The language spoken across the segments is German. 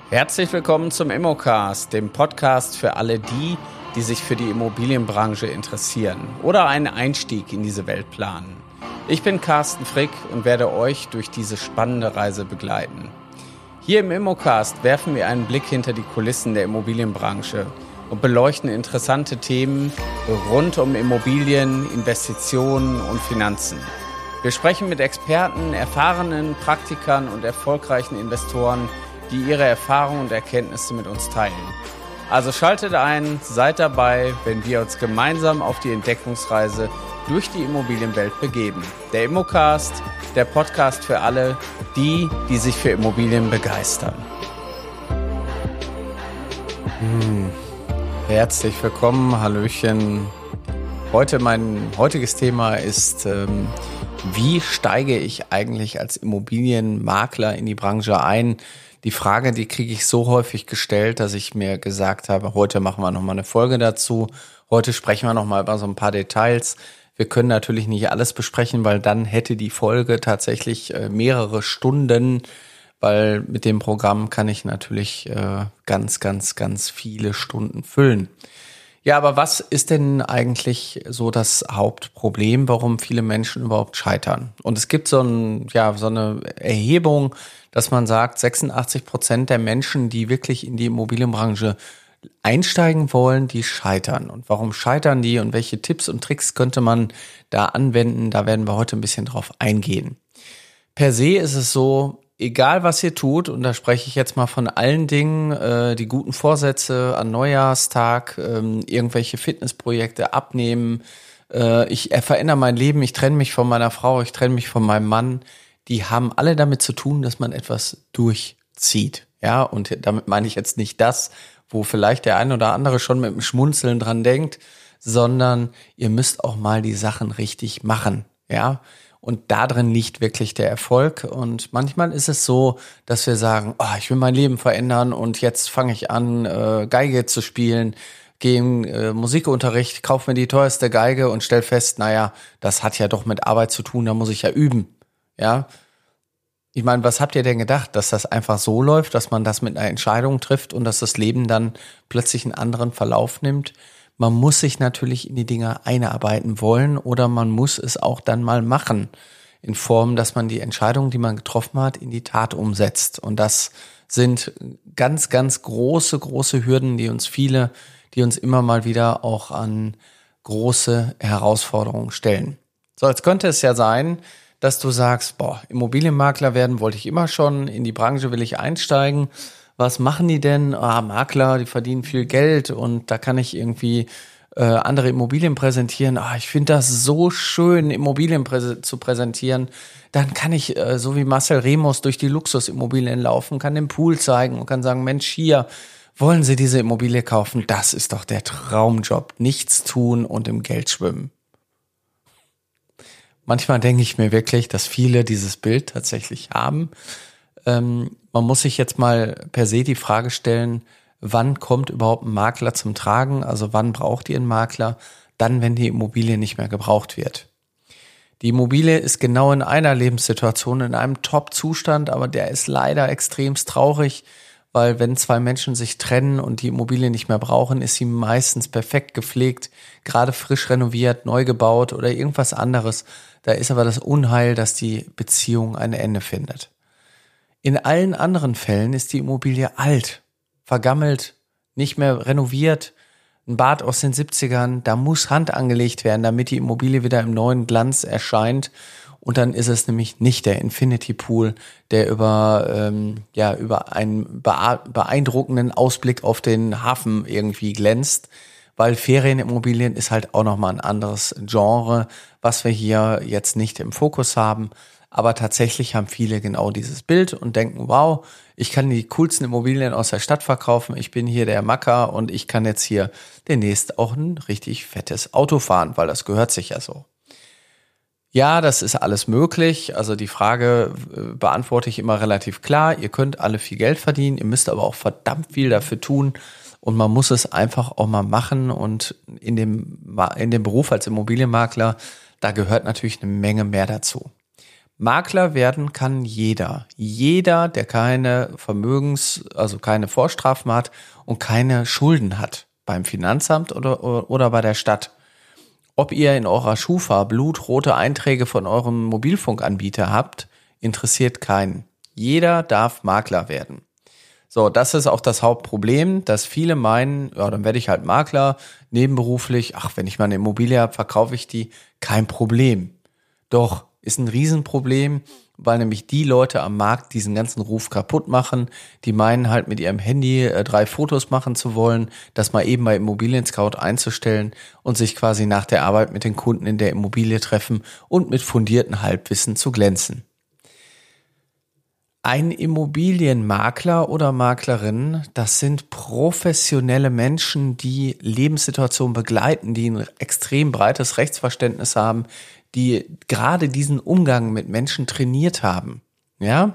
Herzlich willkommen zum Immocast, dem Podcast für alle die sich für die Immobilienbranche interessieren oder einen Einstieg in diese Welt planen. Ich bin Carsten Frick und werde euch durch diese spannende Reise begleiten. Hier im Immocast werfen wir einen Blick hinter die Kulissen der Immobilienbranche und beleuchten interessante Themen rund um Immobilien, Investitionen und Finanzen. Wir sprechen mit Experten, erfahrenen Praktikern und erfolgreichen Investoren, die ihre Erfahrungen und Erkenntnisse mit uns teilen. Also schaltet ein, seid dabei, wenn wir uns gemeinsam auf die Entdeckungsreise durch die Immobilienwelt begeben. Der Immocast, der Podcast für alle, die sich für Immobilien begeistern. Herzlich willkommen, Hallöchen. Mein heutiges Thema ist, wie steige ich eigentlich als Immobilienmakler in die Branche ein? Die Frage, die kriege ich so häufig gestellt, dass ich mir gesagt habe, heute machen wir nochmal eine Folge dazu. Heute sprechen wir nochmal über so ein paar Details. Wir können natürlich nicht alles besprechen, weil dann hätte die Folge tatsächlich mehrere Stunden, weil mit dem Programm kann ich natürlich ganz viele Stunden füllen. Ja, aber was ist denn eigentlich so das Hauptproblem, warum viele Menschen überhaupt scheitern? Und es gibt so eine Erhebung, dass man sagt, 86% der Menschen, die wirklich in die Immobilienbranche einsteigen wollen, die scheitern. Und warum scheitern die und welche Tipps und Tricks könnte man da anwenden? Da werden wir heute ein bisschen drauf eingehen. Per se ist es so, egal was ihr tut, und da spreche ich jetzt mal von allen Dingen, die guten Vorsätze an Neujahrstag, irgendwelche Fitnessprojekte, abnehmen, ich verändere mein Leben, ich trenne mich von meiner Frau, ich trenne mich von meinem Mann, die haben alle damit zu tun, dass man etwas durchzieht. Ja, und damit meine ich jetzt nicht das, wo vielleicht der ein oder andere schon mit dem Schmunzeln dran denkt, sondern ihr müsst auch mal die Sachen richtig machen. Ja, und da drin liegt wirklich der Erfolg. Und manchmal ist es so, dass wir sagen, ich will mein Leben verändern und jetzt fange ich an, Geige zu spielen, gehe in Musikunterricht, kaufe mir die teuerste Geige und stell fest, das hat ja doch mit Arbeit zu tun, da muss ich ja üben. Ja, ich meine, was habt ihr denn gedacht, dass das einfach so läuft, dass man das mit einer Entscheidung trifft und dass das Leben dann plötzlich einen anderen Verlauf nimmt? Man muss sich natürlich in die Dinge einarbeiten wollen oder man muss es auch dann mal machen, in Form, dass man die Entscheidung, die man getroffen hat, in die Tat umsetzt. Und das sind ganz große Hürden, die uns immer mal wieder auch an große Herausforderungen stellen. So, jetzt könnte es ja sein, dass du sagst, Immobilienmakler werden wollte ich immer schon, in die Branche will ich einsteigen. Was machen die denn? Makler, die verdienen viel Geld und da kann ich irgendwie andere Immobilien präsentieren. Ich finde das so schön, Immobilien zu präsentieren. Dann kann ich, so wie Marcel Remus, durch die Luxusimmobilien laufen, kann den Pool zeigen und kann sagen, Mensch, hier, wollen Sie diese Immobilie kaufen? Das ist doch der Traumjob. Nichts tun und im Geld schwimmen. Manchmal denke ich mir wirklich, dass viele dieses Bild tatsächlich haben. Man muss sich jetzt mal per se die Frage stellen, wann kommt überhaupt ein Makler zum Tragen? Also wann braucht ihr einen Makler? Dann, wenn die Immobilie nicht mehr gebraucht wird. Die Immobilie ist genau in einer Lebenssituation, in einem Top-Zustand, aber der ist leider extremst traurig, weil wenn zwei Menschen sich trennen und die Immobilie nicht mehr brauchen, ist sie meistens perfekt gepflegt, gerade frisch renoviert, neu gebaut oder irgendwas anderes. Da ist aber das Unheil, dass die Beziehung ein Ende findet. In allen anderen Fällen ist die Immobilie alt, vergammelt, nicht mehr renoviert. Ein Bad aus den 70ern, da muss Hand angelegt werden, damit die Immobilie wieder im neuen Glanz erscheint. Und dann ist es nämlich nicht der Infinity Pool, der über einen beeindruckenden Ausblick auf den Hafen irgendwie glänzt. Weil Ferienimmobilien ist halt auch nochmal ein anderes Genre, was wir hier jetzt nicht im Fokus haben. Aber tatsächlich haben viele genau dieses Bild und denken, wow, ich kann die coolsten Immobilien aus der Stadt verkaufen, ich bin hier der Macker und ich kann jetzt hier demnächst auch ein richtig fettes Auto fahren, weil das gehört sich ja so. Ja, das ist alles möglich. Also die Frage beantworte ich immer relativ klar. Ihr könnt alle viel Geld verdienen, ihr müsst aber auch verdammt viel dafür tun. Und man muss es einfach auch mal machen. Und in dem Beruf als Immobilienmakler, da gehört natürlich eine Menge mehr dazu. Makler werden kann jeder. Jeder, der keine also keine Vorstrafen hat und keine Schulden hat beim Finanzamt oder bei der Stadt. Ob ihr in eurer Schufa blutrote Einträge von eurem Mobilfunkanbieter habt, interessiert keinen. Jeder darf Makler werden. So, das ist auch das Hauptproblem, dass viele meinen, ja, dann werde ich halt Makler, nebenberuflich, ach, wenn ich mal eine Immobilie habe, verkaufe ich die, kein Problem. Doch, ist ein Riesenproblem, weil nämlich die Leute am Markt diesen ganzen Ruf kaputt machen, die meinen halt mit ihrem Handy 3 Fotos machen zu wollen, das mal eben bei Immobilien Scout einzustellen und sich quasi nach der Arbeit mit den Kunden in der Immobilie treffen und mit fundierten Halbwissen zu glänzen. Ein Immobilienmakler oder Maklerin, das sind professionelle Menschen, die Lebenssituationen begleiten, die ein extrem breites Rechtsverständnis haben, die gerade diesen Umgang mit Menschen trainiert haben. Ja?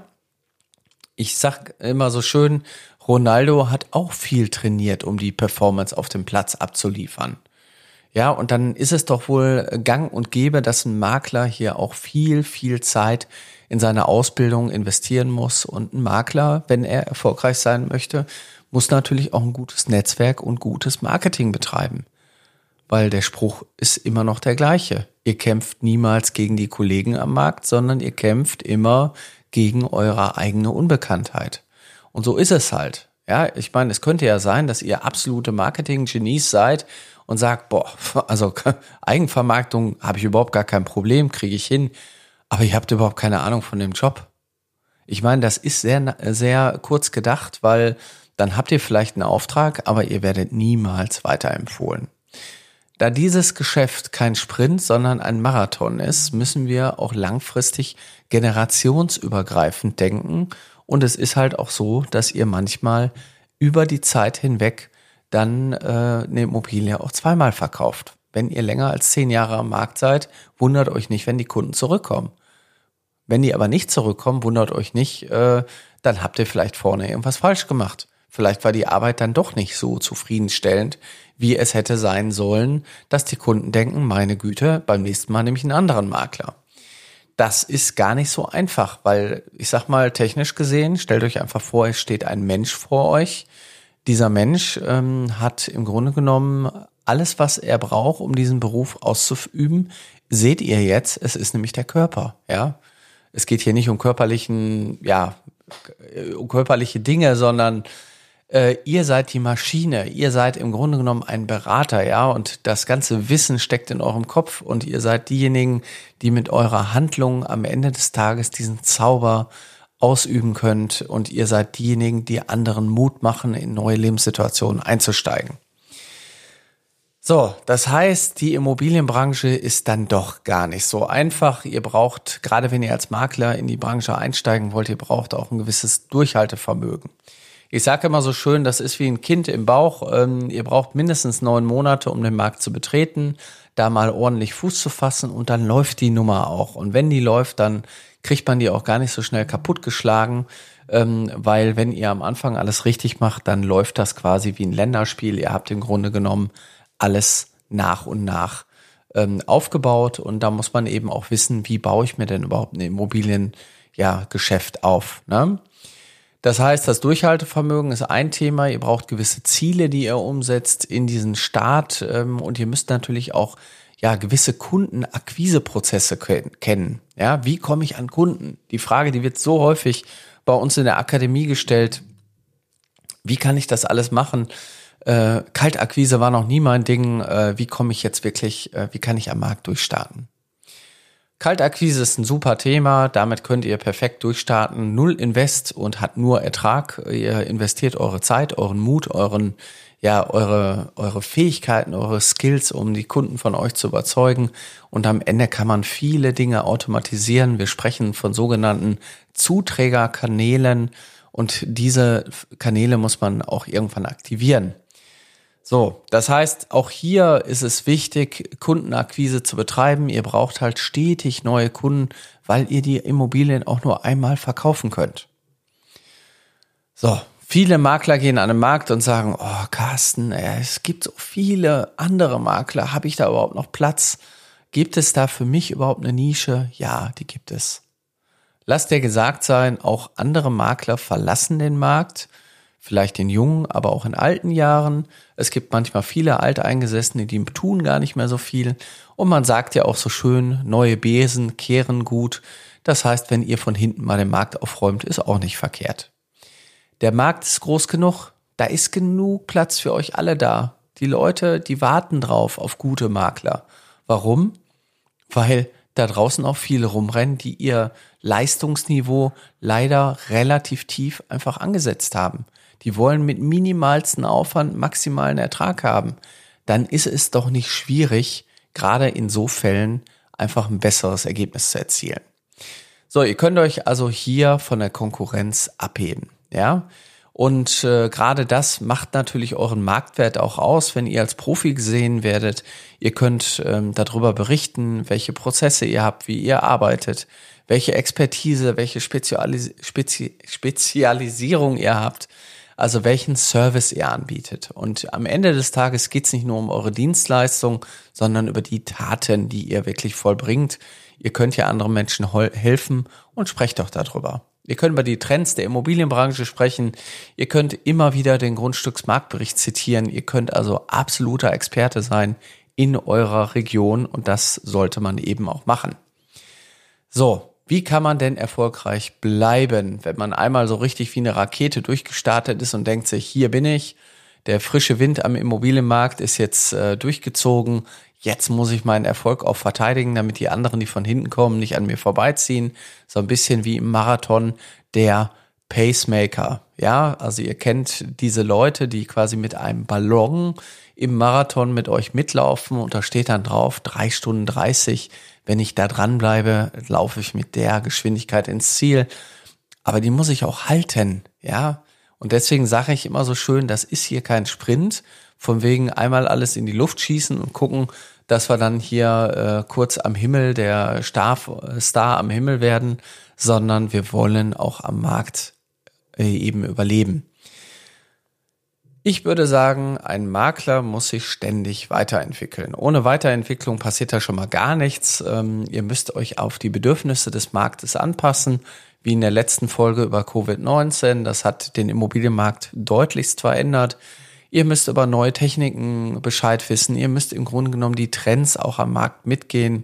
Ich sag immer so schön, Ronaldo hat auch viel trainiert, um die Performance auf dem Platz abzuliefern. Ja, und dann ist es doch wohl gang und gäbe, dass ein Makler hier auch viel, viel Zeit in seine Ausbildung investieren muss. Und ein Makler, wenn er erfolgreich sein möchte, muss natürlich auch ein gutes Netzwerk und gutes Marketing betreiben. Weil der Spruch ist immer noch der gleiche. Ihr kämpft niemals gegen die Kollegen am Markt, sondern ihr kämpft immer gegen eure eigene Unbekanntheit. Und so ist es halt. Ja, ich meine, es könnte ja sein, dass ihr absolute Marketing-Genies seid und sagt, boah, also Eigenvermarktung habe ich überhaupt gar kein Problem, kriege ich hin, aber ihr habt überhaupt keine Ahnung von dem Job. Ich meine, das ist sehr, sehr kurz gedacht, weil dann habt ihr vielleicht einen Auftrag, aber ihr werdet niemals weiterempfohlen. Da dieses Geschäft kein Sprint, sondern ein Marathon ist, müssen wir auch langfristig generationsübergreifend denken. Und es ist halt auch so, dass ihr manchmal über die Zeit hinweg dann eine Immobilie auch zweimal verkauft. Wenn ihr länger als 10 Jahre am Markt seid, wundert euch nicht, wenn die Kunden zurückkommen. Wenn die aber nicht zurückkommen, wundert euch nicht, dann habt ihr vielleicht vorne irgendwas falsch gemacht. Vielleicht war die Arbeit dann doch nicht so zufriedenstellend, wie es hätte sein sollen, dass die Kunden denken, meine Güte, beim nächsten Mal nehme ich einen anderen Makler. Das ist gar nicht so einfach, weil ich sag mal technisch gesehen, stellt euch einfach vor, es steht ein Mensch vor euch. Dieser Mensch hat im Grunde genommen alles, was er braucht, um diesen Beruf auszuüben. Seht ihr jetzt, es ist nämlich der Körper. Ja, es geht hier nicht um um körperliche Dinge, sondern ihr seid die Maschine, ihr seid im Grunde genommen ein Berater, ja, und das ganze Wissen steckt in eurem Kopf und ihr seid diejenigen, die mit eurer Handlung am Ende des Tages diesen Zauber ausüben könnt und ihr seid diejenigen, die anderen Mut machen, in neue Lebenssituationen einzusteigen. So, das heißt, die Immobilienbranche ist dann doch gar nicht so einfach. Ihr braucht, gerade wenn ihr als Makler in die Branche einsteigen wollt, ihr braucht auch ein gewisses Durchhaltevermögen. Ich sage immer so schön, das ist wie ein Kind im Bauch. Ihr braucht mindestens 9 Monate, um den Markt zu betreten, da mal ordentlich Fuß zu fassen und dann läuft die Nummer auch. Und wenn die läuft, dann kriegt man die auch gar nicht so schnell kaputtgeschlagen, weil wenn ihr am Anfang alles richtig macht, dann läuft das quasi wie ein Länderspiel. Ihr habt im Grunde genommen alles nach und nach aufgebaut und da muss man eben auch wissen, wie baue ich mir denn überhaupt ein Immobiliengeschäft auf, ne? Das heißt, das Durchhaltevermögen ist ein Thema. Ihr braucht gewisse Ziele, die ihr umsetzt in diesen Start. Und ihr müsst natürlich auch gewisse Kundenakquiseprozesse kennen. Ja, wie komme ich an Kunden? Die Frage, die wird so häufig bei uns in der Akademie gestellt. Wie kann ich das alles machen? Kaltakquise war noch nie mein Ding. Wie komme ich jetzt wirklich, wie kann ich am Markt durchstarten? Kaltakquise ist ein super Thema, damit könnt ihr perfekt durchstarten, 0 Invest und hat nur Ertrag. Ihr investiert eure Zeit, euren Mut, eure Fähigkeiten, eure Skills, um die Kunden von euch zu überzeugen und am Ende kann man viele Dinge automatisieren. Wir sprechen von sogenannten Zuträgerkanälen und diese Kanäle muss man auch irgendwann aktivieren. So, das heißt, auch hier ist es wichtig, Kundenakquise zu betreiben. Ihr braucht halt stetig neue Kunden, weil ihr die Immobilien auch nur einmal verkaufen könnt. So, viele Makler gehen an den Markt und sagen, oh Carsten, es gibt so viele andere Makler, habe ich da überhaupt noch Platz? Gibt es da für mich überhaupt eine Nische? Ja, die gibt es. Lass dir gesagt sein, auch andere Makler verlassen den Markt, vielleicht in jungen, aber auch in alten Jahren. Es gibt manchmal viele Alteingesessene, die tun gar nicht mehr so viel. Und man sagt ja auch so schön, neue Besen kehren gut. Das heißt, wenn ihr von hinten mal den Markt aufräumt, ist auch nicht verkehrt. Der Markt ist groß genug, da ist genug Platz für euch alle da. Die Leute, die warten drauf auf gute Makler. Warum? Weil da draußen auch viele rumrennen, die ihr Leistungsniveau leider relativ tief einfach angesetzt haben. Die wollen mit minimalsten Aufwand maximalen Ertrag haben. Dann ist es doch nicht schwierig, gerade in so Fällen einfach ein besseres Ergebnis zu erzielen. So, ihr könnt euch also hier von der Konkurrenz abheben, ja? Und gerade das macht natürlich euren Marktwert auch aus, wenn ihr als Profi gesehen werdet. Ihr könnt darüber berichten, welche Prozesse ihr habt, wie ihr arbeitet, welche Expertise, welche Spezialisierung ihr habt, also welchen Service ihr anbietet. Und am Ende des Tages geht es nicht nur um eure Dienstleistung, sondern über die Taten, die ihr wirklich vollbringt. Ihr könnt ja anderen Menschen helfen und sprecht doch darüber. Ihr könnt über die Trends der Immobilienbranche sprechen. Ihr könnt immer wieder den Grundstücksmarktbericht zitieren. Ihr könnt also absoluter Experte sein in eurer Region und das sollte man eben auch machen. So, wie kann man denn erfolgreich bleiben, wenn man einmal so richtig wie eine Rakete durchgestartet ist und denkt sich, hier bin ich, der frische Wind am Immobilienmarkt ist jetzt durchgezogen, jetzt muss ich meinen Erfolg auch verteidigen, damit die anderen, die von hinten kommen, nicht an mir vorbeiziehen. So ein bisschen wie im Marathon der Pacemaker. Ja, also ihr kennt diese Leute, die quasi mit einem Ballon im Marathon mit euch mitlaufen und da steht dann drauf 3 Stunden 30. Wenn ich da dran bleibe, laufe ich mit der Geschwindigkeit ins Ziel. Aber die muss ich auch halten, ja. Und deswegen sage ich immer so schön, das ist hier kein Sprint, von wegen einmal alles in die Luft schießen und gucken, dass wir dann hier kurz am Himmel, der Star am Himmel werden, sondern wir wollen auch am Markt eben überleben. Ich würde sagen, ein Makler muss sich ständig weiterentwickeln. Ohne Weiterentwicklung passiert da schon mal gar nichts. Ihr müsst euch auf die Bedürfnisse des Marktes anpassen, wie in der letzten Folge über Covid-19. Das hat den Immobilienmarkt deutlichst verändert. Ihr müsst über neue Techniken Bescheid wissen. Ihr müsst im Grunde genommen die Trends auch am Markt mitgehen.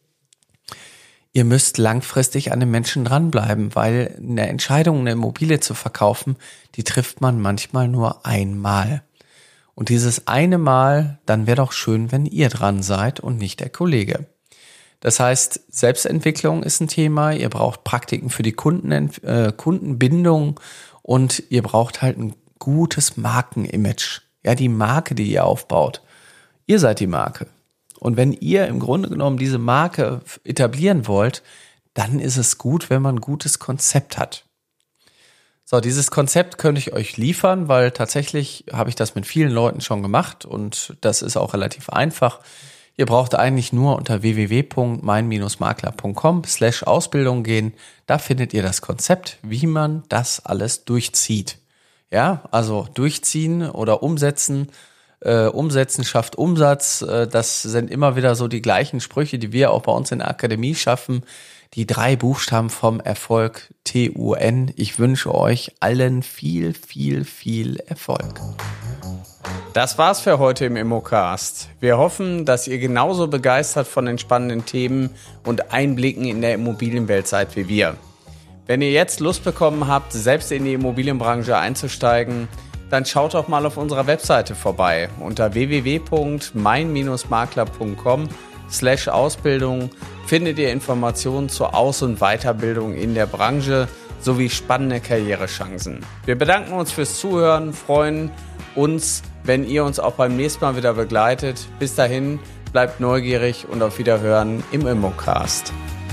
Ihr müsst langfristig an den Menschen dranbleiben, weil eine Entscheidung, eine Immobilie zu verkaufen, die trifft man manchmal nur einmal. Und dieses eine Mal, dann wäre doch schön, wenn ihr dran seid und nicht der Kollege. Das heißt, Selbstentwicklung ist ein Thema. Ihr braucht Praktiken für die Kundenbindung und ihr braucht halt ein gutes Markenimage. Ja, die Marke, die ihr aufbaut. Ihr seid die Marke. Und wenn ihr im Grunde genommen diese Marke etablieren wollt, dann ist es gut, wenn man ein gutes Konzept hat. So, dieses Konzept könnte ich euch liefern, weil tatsächlich habe ich das mit vielen Leuten schon gemacht und das ist auch relativ einfach. Ihr braucht eigentlich nur unter www.mein-makler.com/Ausbildung gehen. Da findet ihr das Konzept, wie man das alles durchzieht. Ja, also durchziehen oder umsetzen. Umsetzen schafft Umsatz. Das sind immer wieder so die gleichen Sprüche, die wir auch bei uns in der Akademie schaffen. Die 3 Buchstaben vom Erfolg, TUN. Ich wünsche euch allen viel, viel, viel Erfolg. Das war's für heute im Immocast. Wir hoffen, dass ihr genauso begeistert von den spannenden Themen und Einblicken in der Immobilienwelt seid wie wir. Wenn ihr jetzt Lust bekommen habt, selbst in die Immobilienbranche einzusteigen, dann schaut doch mal auf unserer Webseite vorbei. Unter www.mein-makler.com/Ausbildung findet ihr Informationen zur Aus- und Weiterbildung in der Branche sowie spannende Karrierechancen. Wir bedanken uns fürs Zuhören, freuen uns, wenn ihr uns auch beim nächsten Mal wieder begleitet. Bis dahin, bleibt neugierig und auf Wiederhören im Immocast.